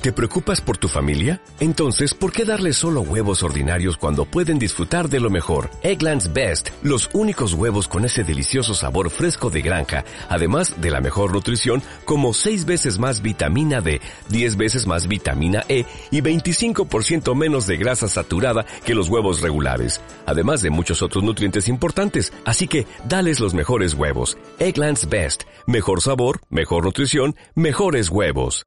¿Te preocupas por tu familia? Entonces, ¿por qué darles solo huevos ordinarios cuando pueden disfrutar de lo mejor? Eggland's Best, los únicos huevos con ese delicioso sabor fresco de granja, además de la mejor nutrición, como 6 veces más vitamina D, 10 veces más vitamina E y 25% menos de grasa saturada que los huevos regulares, además de muchos otros nutrientes importantes. Así que, dales los mejores huevos. Eggland's Best, mejor sabor, mejor nutrición, mejores huevos.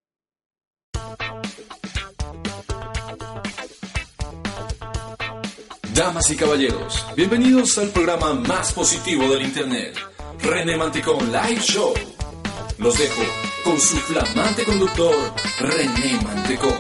Damas y caballeros, bienvenidos al programa más positivo del internet, René Mantecón Live Show. Los dejo con su flamante conductor, René Mantecón.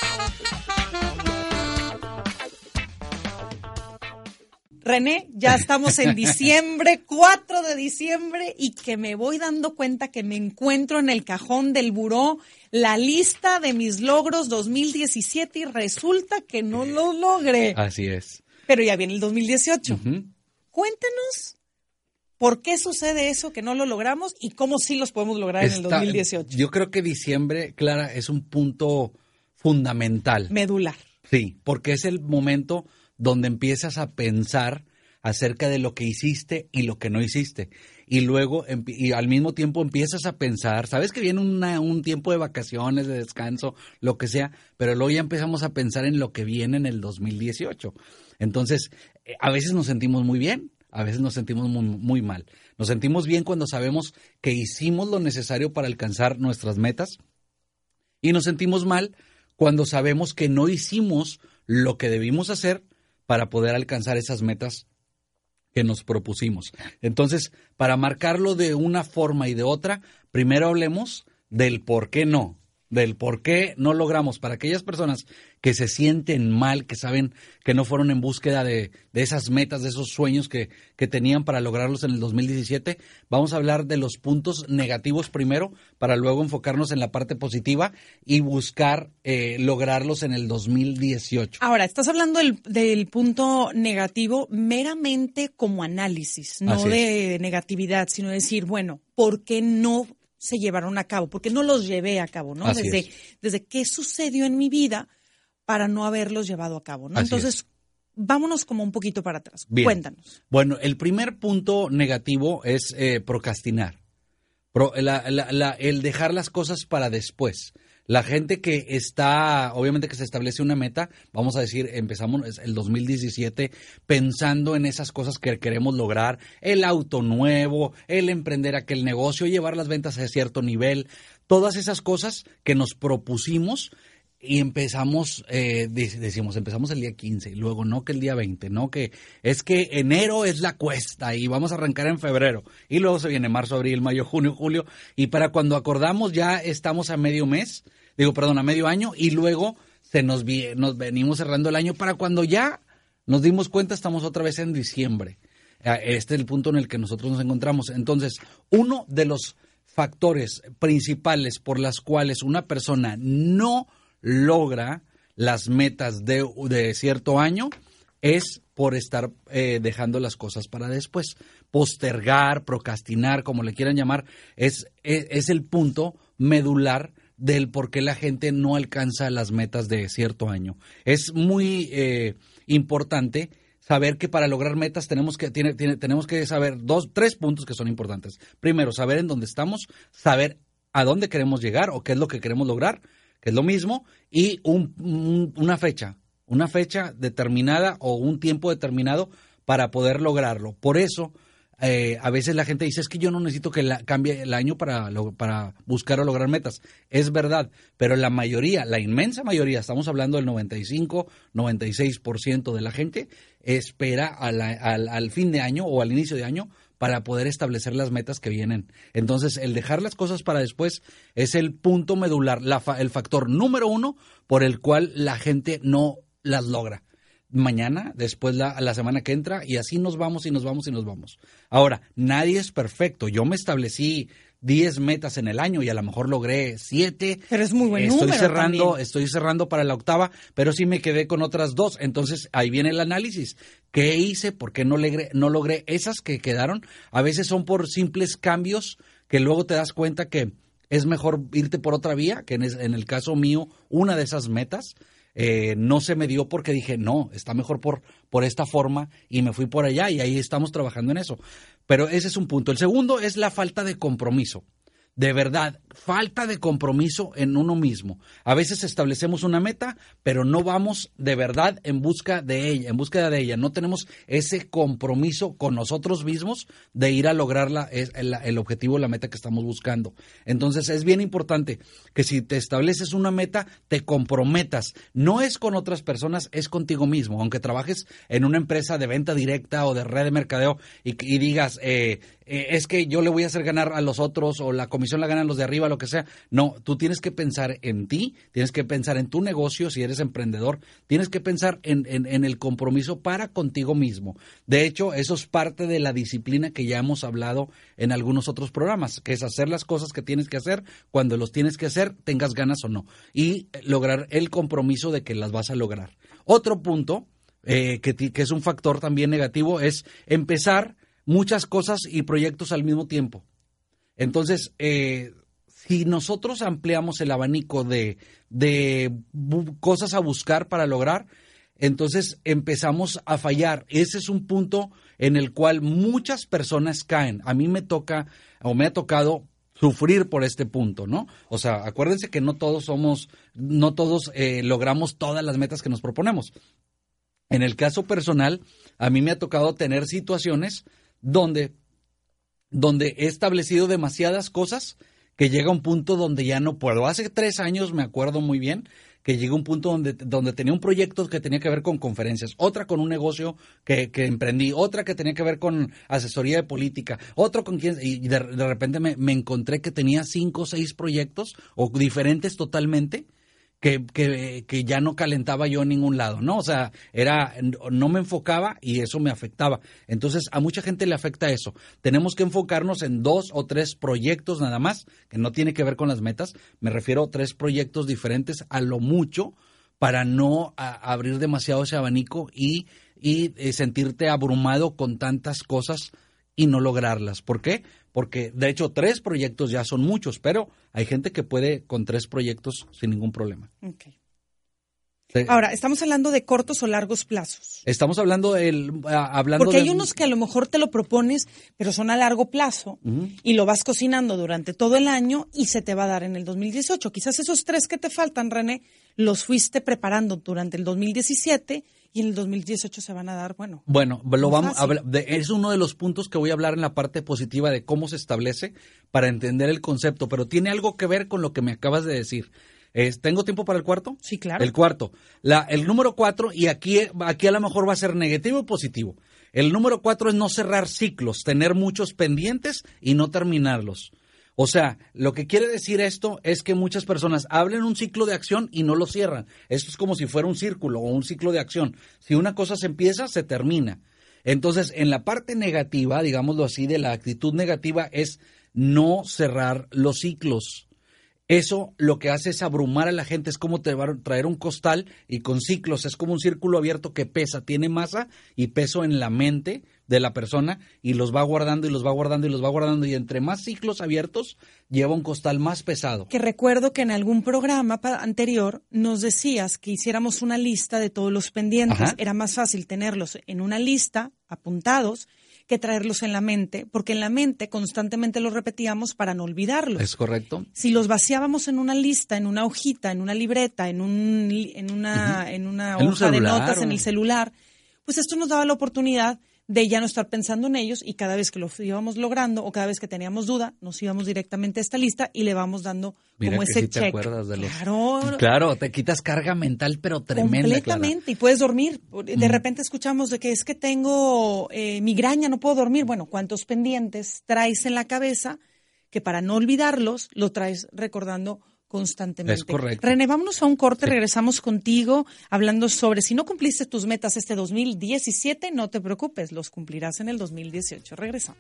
René, ya estamos en diciembre, 4 de diciembre, y que me voy dando cuenta que me encuentro en el cajón del buró la lista de mis logros 2017 y resulta que no lo logré. Así es. Pero ya viene el 2018. Uh-huh. Cuéntenos por qué sucede eso que no lo logramos y cómo sí los podemos lograr en el 2018. Yo creo que diciembre, Clara, es un punto fundamental. Medular. Sí, porque es el momento donde empiezas a pensar acerca de lo que hiciste y lo que no hiciste. Y luego, y al mismo tiempo empiezas a pensar, sabes que viene un tiempo de vacaciones, de descanso, lo que sea, pero luego ya empezamos a pensar en lo que viene en el 2018. Entonces, a veces nos sentimos muy bien, a veces nos sentimos muy, muy mal. Nos sentimos bien cuando sabemos que hicimos lo necesario para alcanzar nuestras metas y nos sentimos mal cuando sabemos que no hicimos lo que debimos hacer para poder alcanzar esas metas que nos propusimos. Entonces, para marcarlo de una forma y de otra, primero hablemos del por qué no. Del por qué no logramos. Para aquellas personas que se sienten mal, que saben que no fueron en búsqueda de esas metas, de esos sueños que tenían para lograrlos en el 2017, vamos a hablar de los puntos negativos primero, para luego enfocarnos en la parte positiva y buscar lograrlos en el 2018. Ahora, estás hablando del punto negativo meramente como análisis, no de negatividad, sino decir, bueno, ¿por qué no se llevaron a cabo? Porque no los llevé a cabo, ¿no? Desde qué sucedió en mi vida para no haberlos llevado a cabo, ¿no? Entonces, vámonos como un poquito para atrás. Bien. Cuéntanos. Bueno, el primer punto negativo es procrastinar. El dejar las cosas para después. La gente que está, obviamente que se establece una meta, vamos a decir, empezamos el 2017 pensando en esas cosas que queremos lograr, el auto nuevo, el emprender aquel negocio, llevar las ventas a cierto nivel, todas esas cosas que nos propusimos y empezamos, empezamos el día 15, y luego no que el día 20, no que es que enero es la cuesta y vamos a arrancar en febrero, y luego se viene marzo, abril, mayo, junio, julio, y para cuando acordamos ya estamos a medio año, y luego nos venimos cerrando el año, para cuando ya nos dimos cuenta estamos otra vez en diciembre. Este es el punto en el que nosotros nos encontramos. Entonces, uno de los factores principales por las cuales una persona no logra las metas de cierto año es por estar dejando las cosas para después. Postergar, procrastinar, como le quieran llamar, es el punto medular del por qué la gente no alcanza las metas de cierto año. Es muy importante saber que para lograr metas tenemos que saber 3 puntos que son importantes. Primero, saber en dónde estamos, saber a dónde queremos llegar o qué es lo que queremos lograr, que es lo mismo, y una fecha determinada o un tiempo determinado para poder lograrlo. Por eso, a veces la gente dice, es que yo no necesito que cambie el año para buscar o lograr metas. Es verdad, pero la inmensa mayoría, estamos hablando del 95, 96% de la gente, espera al fin de año o al inicio de año para poder establecer las metas que vienen. Entonces, el dejar las cosas para después es el punto medular, el factor número 1 por el cual la gente no las logra. Mañana, después la semana que entra, y así nos vamos. Ahora, nadie es perfecto. Yo me establecí 10 metas en el año y a lo mejor logré 7. Pero es muy buen número. Estoy cerrando para la octava, pero sí me quedé con otras 2. Entonces, ahí viene el análisis. ¿Qué hice? ¿Por qué no logré esas que quedaron? A veces son por simples cambios que luego te das cuenta que es mejor irte por otra vía, que en el caso mío, una de esas metas no se me dio porque dije, no, está mejor por esta forma y me fui por allá y ahí estamos trabajando en eso. Pero ese es un punto. El segundo es la falta de compromiso. De verdad, falta de compromiso en uno mismo. A veces establecemos una meta, pero no vamos de verdad en búsqueda de ella. No tenemos ese compromiso con nosotros mismos de ir a lograr el objetivo, la meta que estamos buscando. Entonces, es bien importante que si te estableces una meta, te comprometas. No es con otras personas, es contigo mismo. Aunque trabajes en una empresa de venta directa o de red de mercadeo y digas, es que yo le voy a hacer ganar a los otros o la comisión la ganan los de arriba, lo que sea. No, tú tienes que pensar en ti, tienes que pensar en tu negocio, si eres emprendedor, tienes que pensar en el compromiso para contigo mismo. De hecho, eso es parte de la disciplina que ya hemos hablado en algunos otros programas, que es hacer las cosas que tienes que hacer cuando los tienes que hacer, tengas ganas o no, y lograr el compromiso de que las vas a lograr. Otro punto, que es un factor también negativo, es empezar muchas cosas y proyectos al mismo tiempo. Entonces, si nosotros ampliamos el abanico de cosas a buscar para lograr, entonces empezamos a fallar. Ese es un punto en el cual muchas personas caen. A mí me ha tocado sufrir por este punto, ¿no? O sea, acuérdense que no todos logramos todas las metas que nos proponemos. En el caso personal, a mí me ha tocado tener situaciones donde he establecido demasiadas cosas que llega un punto donde ya no puedo. Hace 3 años me acuerdo muy bien que llegué a un punto donde tenía un proyecto que tenía que ver con conferencias, otra con un negocio que emprendí, otra que tenía que ver con asesoría de política, otro con quién, y de repente me encontré que tenía 5 o 6 proyectos o diferentes totalmente, que ya no calentaba yo en ningún lado, ¿no? O sea, no me enfocaba y eso me afectaba. Entonces, a mucha gente le afecta eso. Tenemos que enfocarnos en 2 o 3 proyectos nada más, que no tiene que ver con las metas. Me refiero a 3 proyectos diferentes a lo mucho para no abrir demasiado ese abanico y sentirte abrumado con tantas cosas y no lograrlas. ¿Por qué? Porque, de hecho, 3 proyectos ya son muchos, pero hay gente que puede con 3 proyectos sin ningún problema. Okay. Ahora, ¿estamos hablando de cortos o largos plazos? Estamos hablando porque hay unos que a lo mejor te lo propones, pero son a largo plazo, y lo vas cocinando durante todo el año y se te va a dar en el 2018. Quizás esos 3 que te faltan, René, los fuiste preparando durante el 2017 y en el 2018 se van a dar, bueno, lo vamos a hablar. Es uno de los puntos que voy a hablar en la parte positiva de cómo se establece para entender el concepto, pero tiene algo que ver con lo que me acabas de decir. ¿Tengo tiempo para el cuarto? Sí, claro. El cuarto. El número 4, y aquí a lo mejor va a ser negativo o positivo. El número 4 es no cerrar ciclos, tener muchos pendientes y no terminarlos. O sea, lo que quiere decir esto es que muchas personas abren un ciclo de acción y no lo cierran. Esto es como si fuera un círculo o un ciclo de acción. Si una cosa se empieza, se termina. Entonces, en la parte negativa, digámoslo así, de la actitud negativa es no cerrar los ciclos. Eso lo que hace es abrumar a la gente, es como traer un costal y con ciclos, es como un círculo abierto que pesa, tiene masa y peso en la mente de la persona y los va guardando y los va guardando y los va guardando, y entre más ciclos abiertos lleva un costal más pesado. Que recuerdo que en algún programa anterior nos decías que hiciéramos una lista de todos los pendientes. Ajá. Era más fácil tenerlos en una lista, apuntados, que traerlos en la mente, porque en la mente constantemente los repetíamos para no olvidarlos. Es correcto. Si los vaciábamos en una lista, en una hojita, en una libreta, en una hoja de notas, en el celular, pues esto nos daba la oportunidad de ya no estar pensando en ellos, y cada vez que lo íbamos logrando o cada vez que teníamos duda, nos íbamos directamente a esta lista y le vamos dando como ese sí check. Te acuerdas de los... Claro, te quitas carga mental, pero tremenda. Completamente, Clara. Y puedes dormir. De repente escuchamos de que es que tengo migraña, no puedo dormir. Bueno, ¿cuántos pendientes traes en la cabeza que para no olvidarlos lo traes recordando constantemente? Es correcto. René, vámonos a un corte, regresamos contigo hablando sobre si no cumpliste tus metas este 2017, no te preocupes, los cumplirás en el 2018. Regresamos.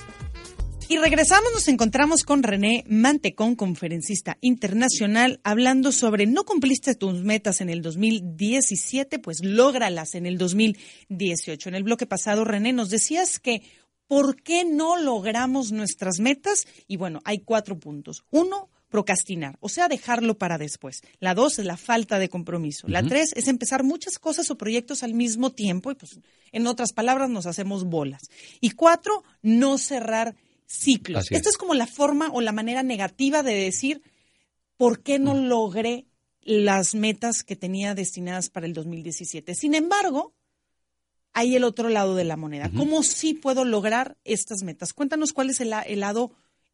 Y regresamos, nos encontramos con René Mantecón, conferencista internacional, hablando sobre no cumpliste tus metas en el 2017, pues lógralas en el 2018. En el bloque pasado, René, nos decías que ¿por qué no logramos nuestras metas? Y bueno, hay 4 puntos. 1, procrastinar, o sea, dejarlo para después. La 2 es la falta de compromiso. La 3 es empezar muchas cosas o proyectos al mismo tiempo y, pues, en otras palabras, nos hacemos bolas. Y 4, no cerrar ciclos. Esto es como la forma o la manera negativa de decir por qué no logré las metas que tenía destinadas para el 2017. Sin embargo, hay el otro lado de la moneda. ¿Cómo sí puedo lograr estas metas? Cuéntanos cuál es el lado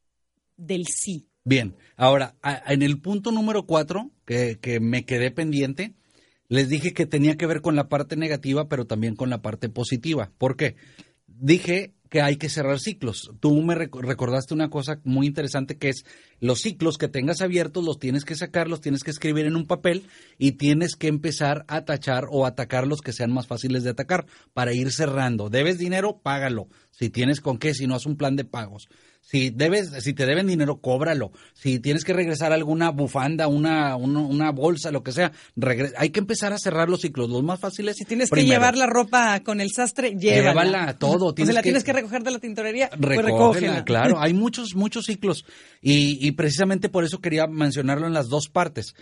del sí. Bien, ahora, en el punto número 4, que me quedé pendiente, les dije que tenía que ver con la parte negativa, pero también con la parte positiva. ¿Por qué? Dije que hay que cerrar ciclos. Tú me recordaste una cosa muy interesante, que es los ciclos que tengas abiertos los tienes que sacar, los tienes que escribir en un papel y tienes que empezar a tachar o atacar los que sean más fáciles de atacar para ir cerrando. ¿Debes dinero? Págalo. Si tienes con qué, si no, haz un plan de pagos. Si te deben dinero, cóbralo. Si tienes que regresar alguna bufanda, una bolsa, lo que sea, hay que empezar a cerrar los ciclos, los más fáciles. Si tienes primero. Que llevar la ropa con el sastre, llévala todo. O sea, la tienes que recoger de la tintorería, pues recógela. Claro, hay muchos ciclos y precisamente por eso quería mencionarlo en las dos partes.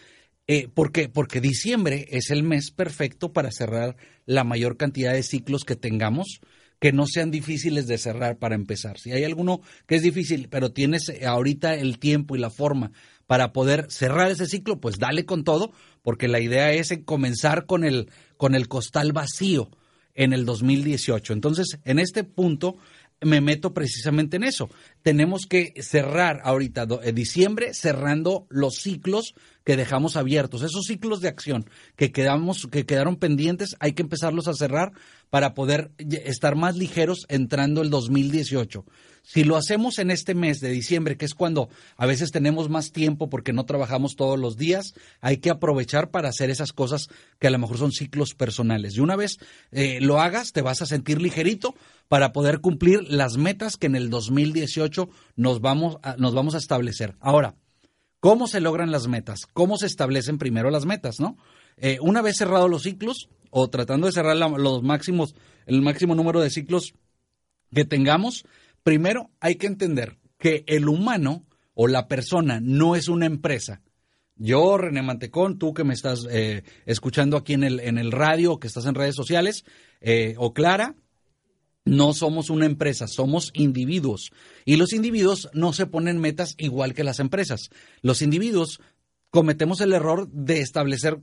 Porque diciembre es el mes perfecto para cerrar la mayor cantidad de ciclos que tengamos, que no sean difíciles de cerrar para empezar. Si hay alguno que es difícil, pero tienes ahorita el tiempo y la forma para poder cerrar ese ciclo, pues dale con todo, porque la idea es comenzar con el costal vacío en el 2018. Entonces, en este punto me meto precisamente en eso. Tenemos que cerrar ahorita diciembre cerrando los ciclos que dejamos abiertos, esos ciclos de acción que quedaron pendientes, hay que empezarlos a cerrar para poder estar más ligeros entrando el 2018. Si lo hacemos en este mes de diciembre, que es cuando a veces tenemos más tiempo porque no trabajamos todos los días, hay que aprovechar para hacer esas cosas que a lo mejor son ciclos personales. Y una vez lo hagas, te vas a sentir ligerito para poder cumplir las metas que en el 2018 nos vamos a establecer. Ahora, ¿cómo se logran las metas? ¿Cómo se establecen primero las metas, no? Una vez cerrados los ciclos, o tratando de cerrar el máximo número de ciclos que tengamos, primero hay que entender que el humano o la persona no es una empresa. Yo, René Mantecón, tú que me estás escuchando aquí en el radio, o que estás en redes sociales, o Clara, no somos una empresa, somos individuos. Y los individuos no se ponen metas igual que las empresas. Los individuos cometemos el error de establecer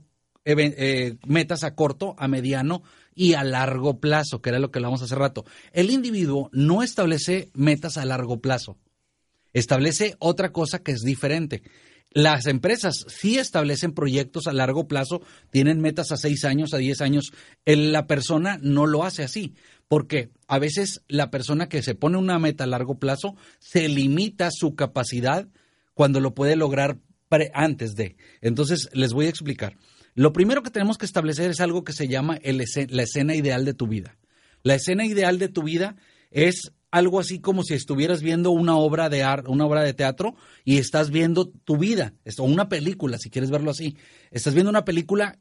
metas a corto, a mediano y a largo plazo, que era lo que hablamos hace rato. El individuo no establece metas a largo plazo, establece otra cosa que es diferente. Las empresas sí establecen proyectos a largo plazo, tienen metas a 6 años, a 10 años. La persona no lo hace así, porque a veces la persona que se pone una meta a largo plazo se limita su capacidad cuando lo puede lograr antes de. Entonces, les voy a explicar. Lo primero que tenemos que establecer es algo que se llama la escena ideal de tu vida. La escena ideal de tu vida es algo así como si estuvieras viendo una obra de arte, una obra de teatro, y estás viendo tu vida, o una película, si quieres verlo así. Estás viendo una película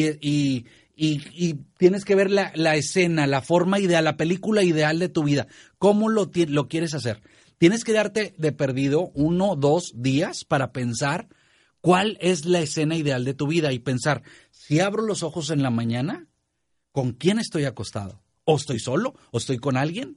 y tienes que ver la escena, la forma ideal, la película ideal de tu vida. ¿Cómo lo quieres hacer? Tienes que darte de perdido 1 o 2 días para pensar cuál es la escena ideal de tu vida y pensar, si abro los ojos en la mañana, ¿con quién estoy acostado? ¿O estoy solo? ¿O estoy con alguien?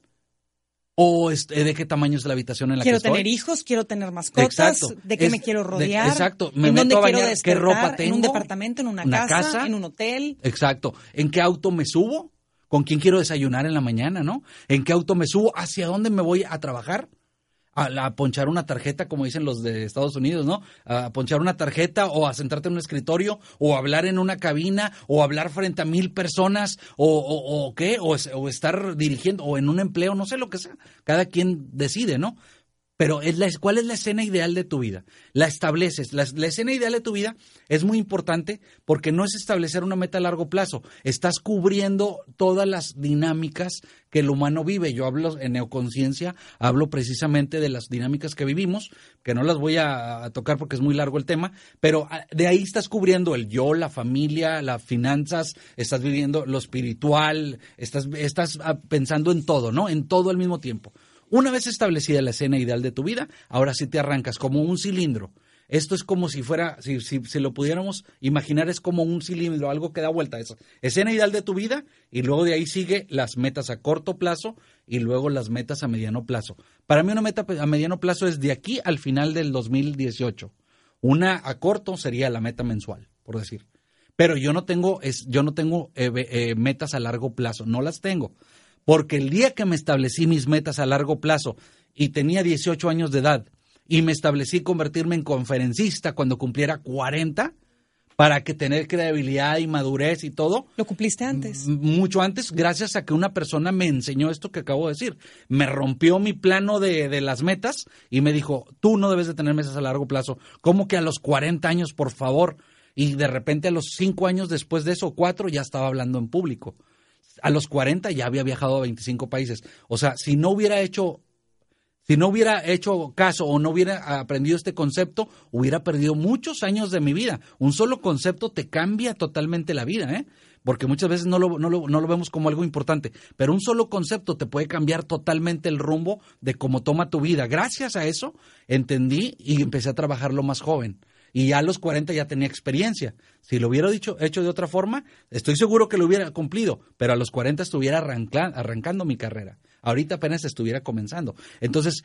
¿O de qué tamaño es la habitación en la que estoy? Quiero tener hijos, quiero tener mascotas, exacto. ¿De qué me quiero rodear? Exacto, me meto a bañar, ¿qué ropa tengo? ¿En un departamento, en una casa, en un hotel? Exacto, ¿en qué auto me subo? ¿Con quién quiero desayunar en la mañana, no? ¿En qué auto me subo? ¿Hacia dónde me voy a trabajar? A ponchar una tarjeta, como dicen los de Estados Unidos, ¿no? A ponchar una tarjeta, o a sentarte en un escritorio, o hablar en una cabina, o hablar frente a 1,000 personas, o qué, o estar dirigiendo, o en un empleo, no sé lo que sea. Cada quien decide, ¿no? Pero ¿cuál es la escena ideal de tu vida? La estableces. La escena ideal de tu vida es muy importante porque no es establecer una meta a largo plazo. Estás cubriendo todas las dinámicas que el humano vive. Yo hablo en Neoconciencia, hablo precisamente de las dinámicas que vivimos, que no las voy a tocar porque es muy largo el tema, pero de ahí estás cubriendo el yo, la familia, las finanzas, estás viviendo lo espiritual, estás pensando en todo, ¿no? En todo al mismo tiempo. Una vez establecida la escena ideal de tu vida, ahora sí te arrancas como un cilindro. Esto es como si fuera, si lo pudiéramos imaginar, es como un cilindro, algo que da vuelta. Esa escena ideal de tu vida y luego de ahí sigue las metas a corto plazo y luego las metas a mediano plazo. Para mí una meta a mediano plazo es de aquí al final del 2018. Una a corto sería la meta mensual, por decir. Pero yo no tengo metas a largo plazo, no las tengo. Porque el día que me establecí mis metas a largo plazo y tenía 18 años de edad, y me establecí convertirme en conferencista cuando cumpliera 40 para que tener credibilidad y madurez y todo. ¿Lo cumpliste antes? Mucho antes, gracias a que una persona me enseñó esto que acabo de decir. Me rompió mi plano de las metas y me dijo, tú no debes de tener metas a largo plazo. ¿Cómo que a los 40 años, por favor? Y de repente a los 5 años después de eso, 4, ya estaba hablando en público. A los 40 ya había viajado a 25 países. O sea, si no hubiera hecho caso o no hubiera aprendido este concepto, hubiera perdido muchos años de mi vida. Un solo concepto te cambia totalmente la vida, ¿eh? Porque muchas veces no lo vemos como algo importante. Pero un solo concepto te puede cambiar totalmente el rumbo de cómo toma tu vida. Gracias a eso entendí y empecé a trabajarlo más joven. Y ya a los 40 ya tenía experiencia. Si lo hubiera hecho de otra forma, estoy seguro que lo hubiera cumplido, pero a los 40 estuviera arrancando mi carrera. Ahorita apenas estuviera comenzando. Entonces,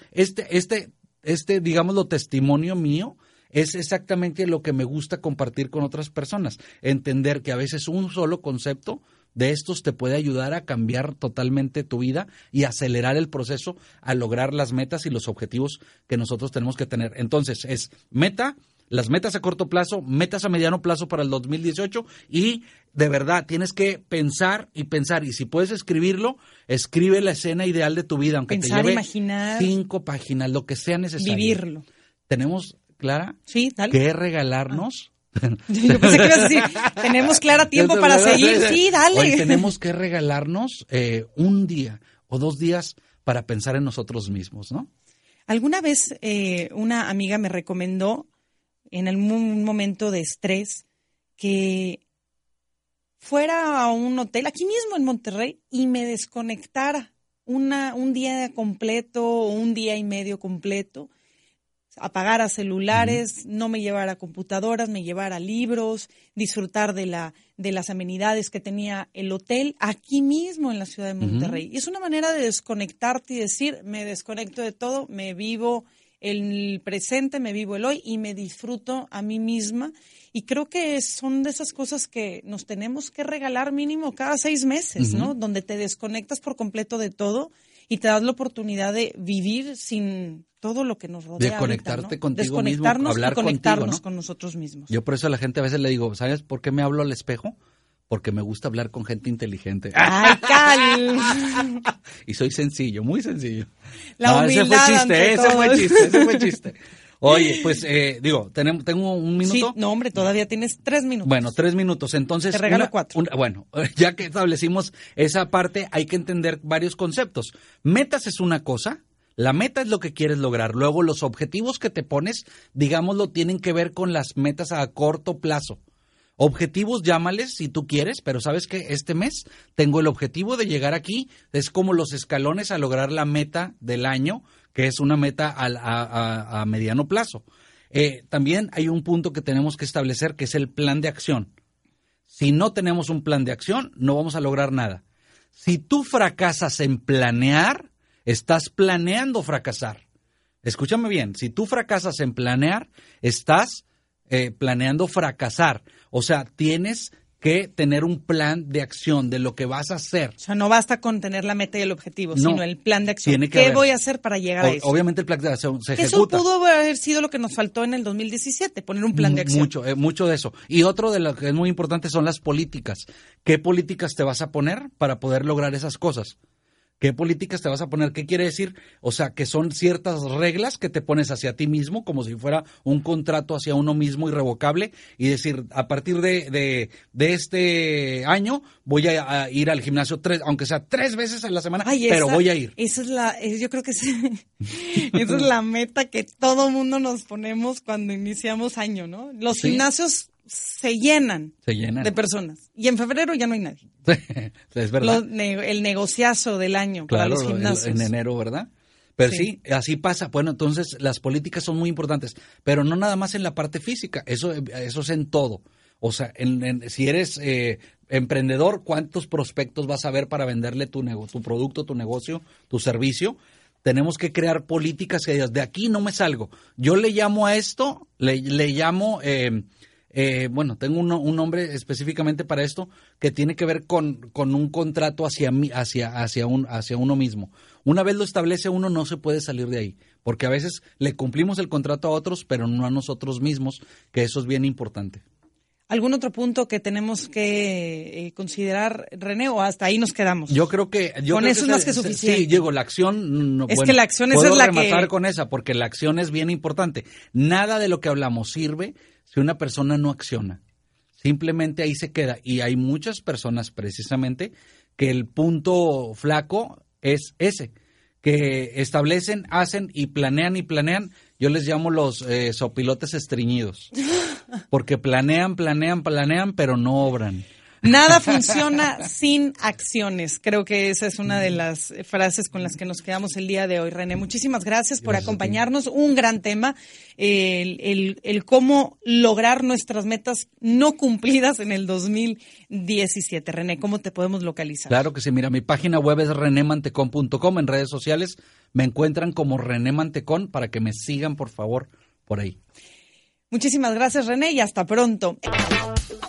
digámoslo, testimonio mío es exactamente lo que me gusta compartir con otras personas. Entender que a veces un solo concepto de estos te puede ayudar a cambiar totalmente tu vida y acelerar el proceso a lograr las metas y los objetivos que nosotros tenemos que tener. Entonces, es las metas a corto plazo, metas a mediano plazo para el 2018 y de verdad tienes que pensar y si puedes escribirlo, escribe la escena ideal de tu vida, aunque pensar, te lleve imaginar, 5 páginas, lo que sea necesario. Vivirlo. ¿Tenemos, Clara, sí, dale, que regalarnos? Yo pensé que ibas a decir, tenemos, Clara, tiempo para seguir. Sí, dale. Hoy tenemos que regalarnos un día o 2 días para pensar en nosotros mismos, ¿no? Alguna vez una amiga me recomendó en algún momento de estrés que fuera a un hotel aquí mismo en Monterrey y me desconectara un día completo o un día y medio completo, apagara celulares, no me llevara computadoras, me llevara libros, disfrutar de las amenidades que tenía el hotel aquí mismo en la ciudad de Monterrey. Y es una manera de desconectarte y decir, me desconecto de todo, me vivo el presente, me vivo el hoy y me disfruto a mí misma. Y creo que son de esas cosas que nos tenemos que regalar mínimo cada 6 meses, ¿no? Donde te desconectas por completo de todo y te das la oportunidad de vivir sin todo lo que nos rodea. De conectarte ahorita, ¿no? contigo mismo, hablar y conectarnos contigo, ¿no? con nosotros mismos. Yo por eso a la gente a veces le digo, ¿sabes por qué me hablo al espejo? Porque me gusta hablar con gente inteligente. ¡Ay, Cal! Y soy sencillo, muy sencillo. La humildad ese fue chiste. Oye, pues tengo un minuto. Sí, no, hombre, todavía tienes 3 minutos. Bueno, 3 minutos. Entonces, te regalo 4. Bueno, ya que establecimos esa parte, hay que entender varios conceptos. Metas es una cosa. La meta es lo que quieres lograr. Luego, los objetivos que te pones, digámoslo, tienen que ver con las metas a corto plazo. Objetivos, llámales si tú quieres, pero sabes que este mes tengo el objetivo de llegar aquí. Es como los escalones a lograr la meta del año, que es una meta a mediano plazo. También hay un punto que tenemos que establecer, que es el plan de acción. Si no tenemos un plan de acción, no vamos a lograr nada. Si tú fracasas en planear, estás planeando fracasar. Escúchame bien, si tú fracasas en planear, estás planeando fracasar. O sea, tienes que tener un plan de acción de lo que vas a hacer. O sea, no basta con tener la meta y el objetivo, sino el plan de acción. ¿Qué voy a hacer para llegar a eso? Obviamente el plan de acción se ejecuta. Eso pudo haber sido lo que nos faltó en el 2017, poner un plan de acción. Mucho de eso. Y otro de lo que es muy importante son las políticas. ¿Qué políticas te vas a poner para poder lograr esas cosas? ¿Qué políticas te vas a poner? ¿Qué quiere decir? O sea, que son ciertas reglas que te pones hacia ti mismo, como si fuera un contrato hacia uno mismo irrevocable, y decir, a partir de este año voy a ir al gimnasio aunque sea 3 veces a la semana, pero voy a ir. Yo creo que esa es la meta que todo mundo nos ponemos cuando iniciamos año, ¿no? Los gimnasios se llenan de personas. Y en febrero ya no hay nadie. Es verdad. El negociazo del año para los gimnasios. En enero, ¿verdad? Pero sí, así pasa. Bueno, entonces las políticas son muy importantes, pero no nada más en la parte física, eso es en todo. O sea, si eres emprendedor, ¿cuántos prospectos vas a ver para venderle tu producto, tu negocio, tu servicio? Tenemos que crear políticas que digas, de aquí no me salgo. Yo le llamo a esto, le llamo, tengo un nombre específicamente para esto que tiene que ver con un contrato hacia uno mismo. Una vez lo establece uno, no se puede salir de ahí, porque a veces le cumplimos el contrato a otros, pero no a nosotros mismos, que eso es bien importante. ¿Algún otro punto que tenemos que considerar, René, o hasta ahí nos quedamos? Yo creo que... Con eso es más que suficiente. Sí, Diego, la acción... que la acción esa es la que... Puedo rematar con esa, porque la acción es bien importante. Nada de lo que hablamos sirve si una persona no acciona. Simplemente ahí se queda. Y hay muchas personas, precisamente, que el punto flaco es ese, que establecen, hacen y planean. Yo les llamo los sopilotes estreñidos, porque planean, pero no obran. Nada funciona sin acciones. Creo que esa es una de las frases con las que nos quedamos el día de hoy, René. Muchísimas gracias por acompañarnos. Un gran tema, el cómo lograr nuestras metas no cumplidas en el 2017. René, ¿cómo te podemos localizar? Claro que sí. Mira, mi página web es renemantecon.com. En redes sociales me encuentran como René Mantecón para que me sigan, por favor, por ahí. Muchísimas gracias, René, y hasta pronto.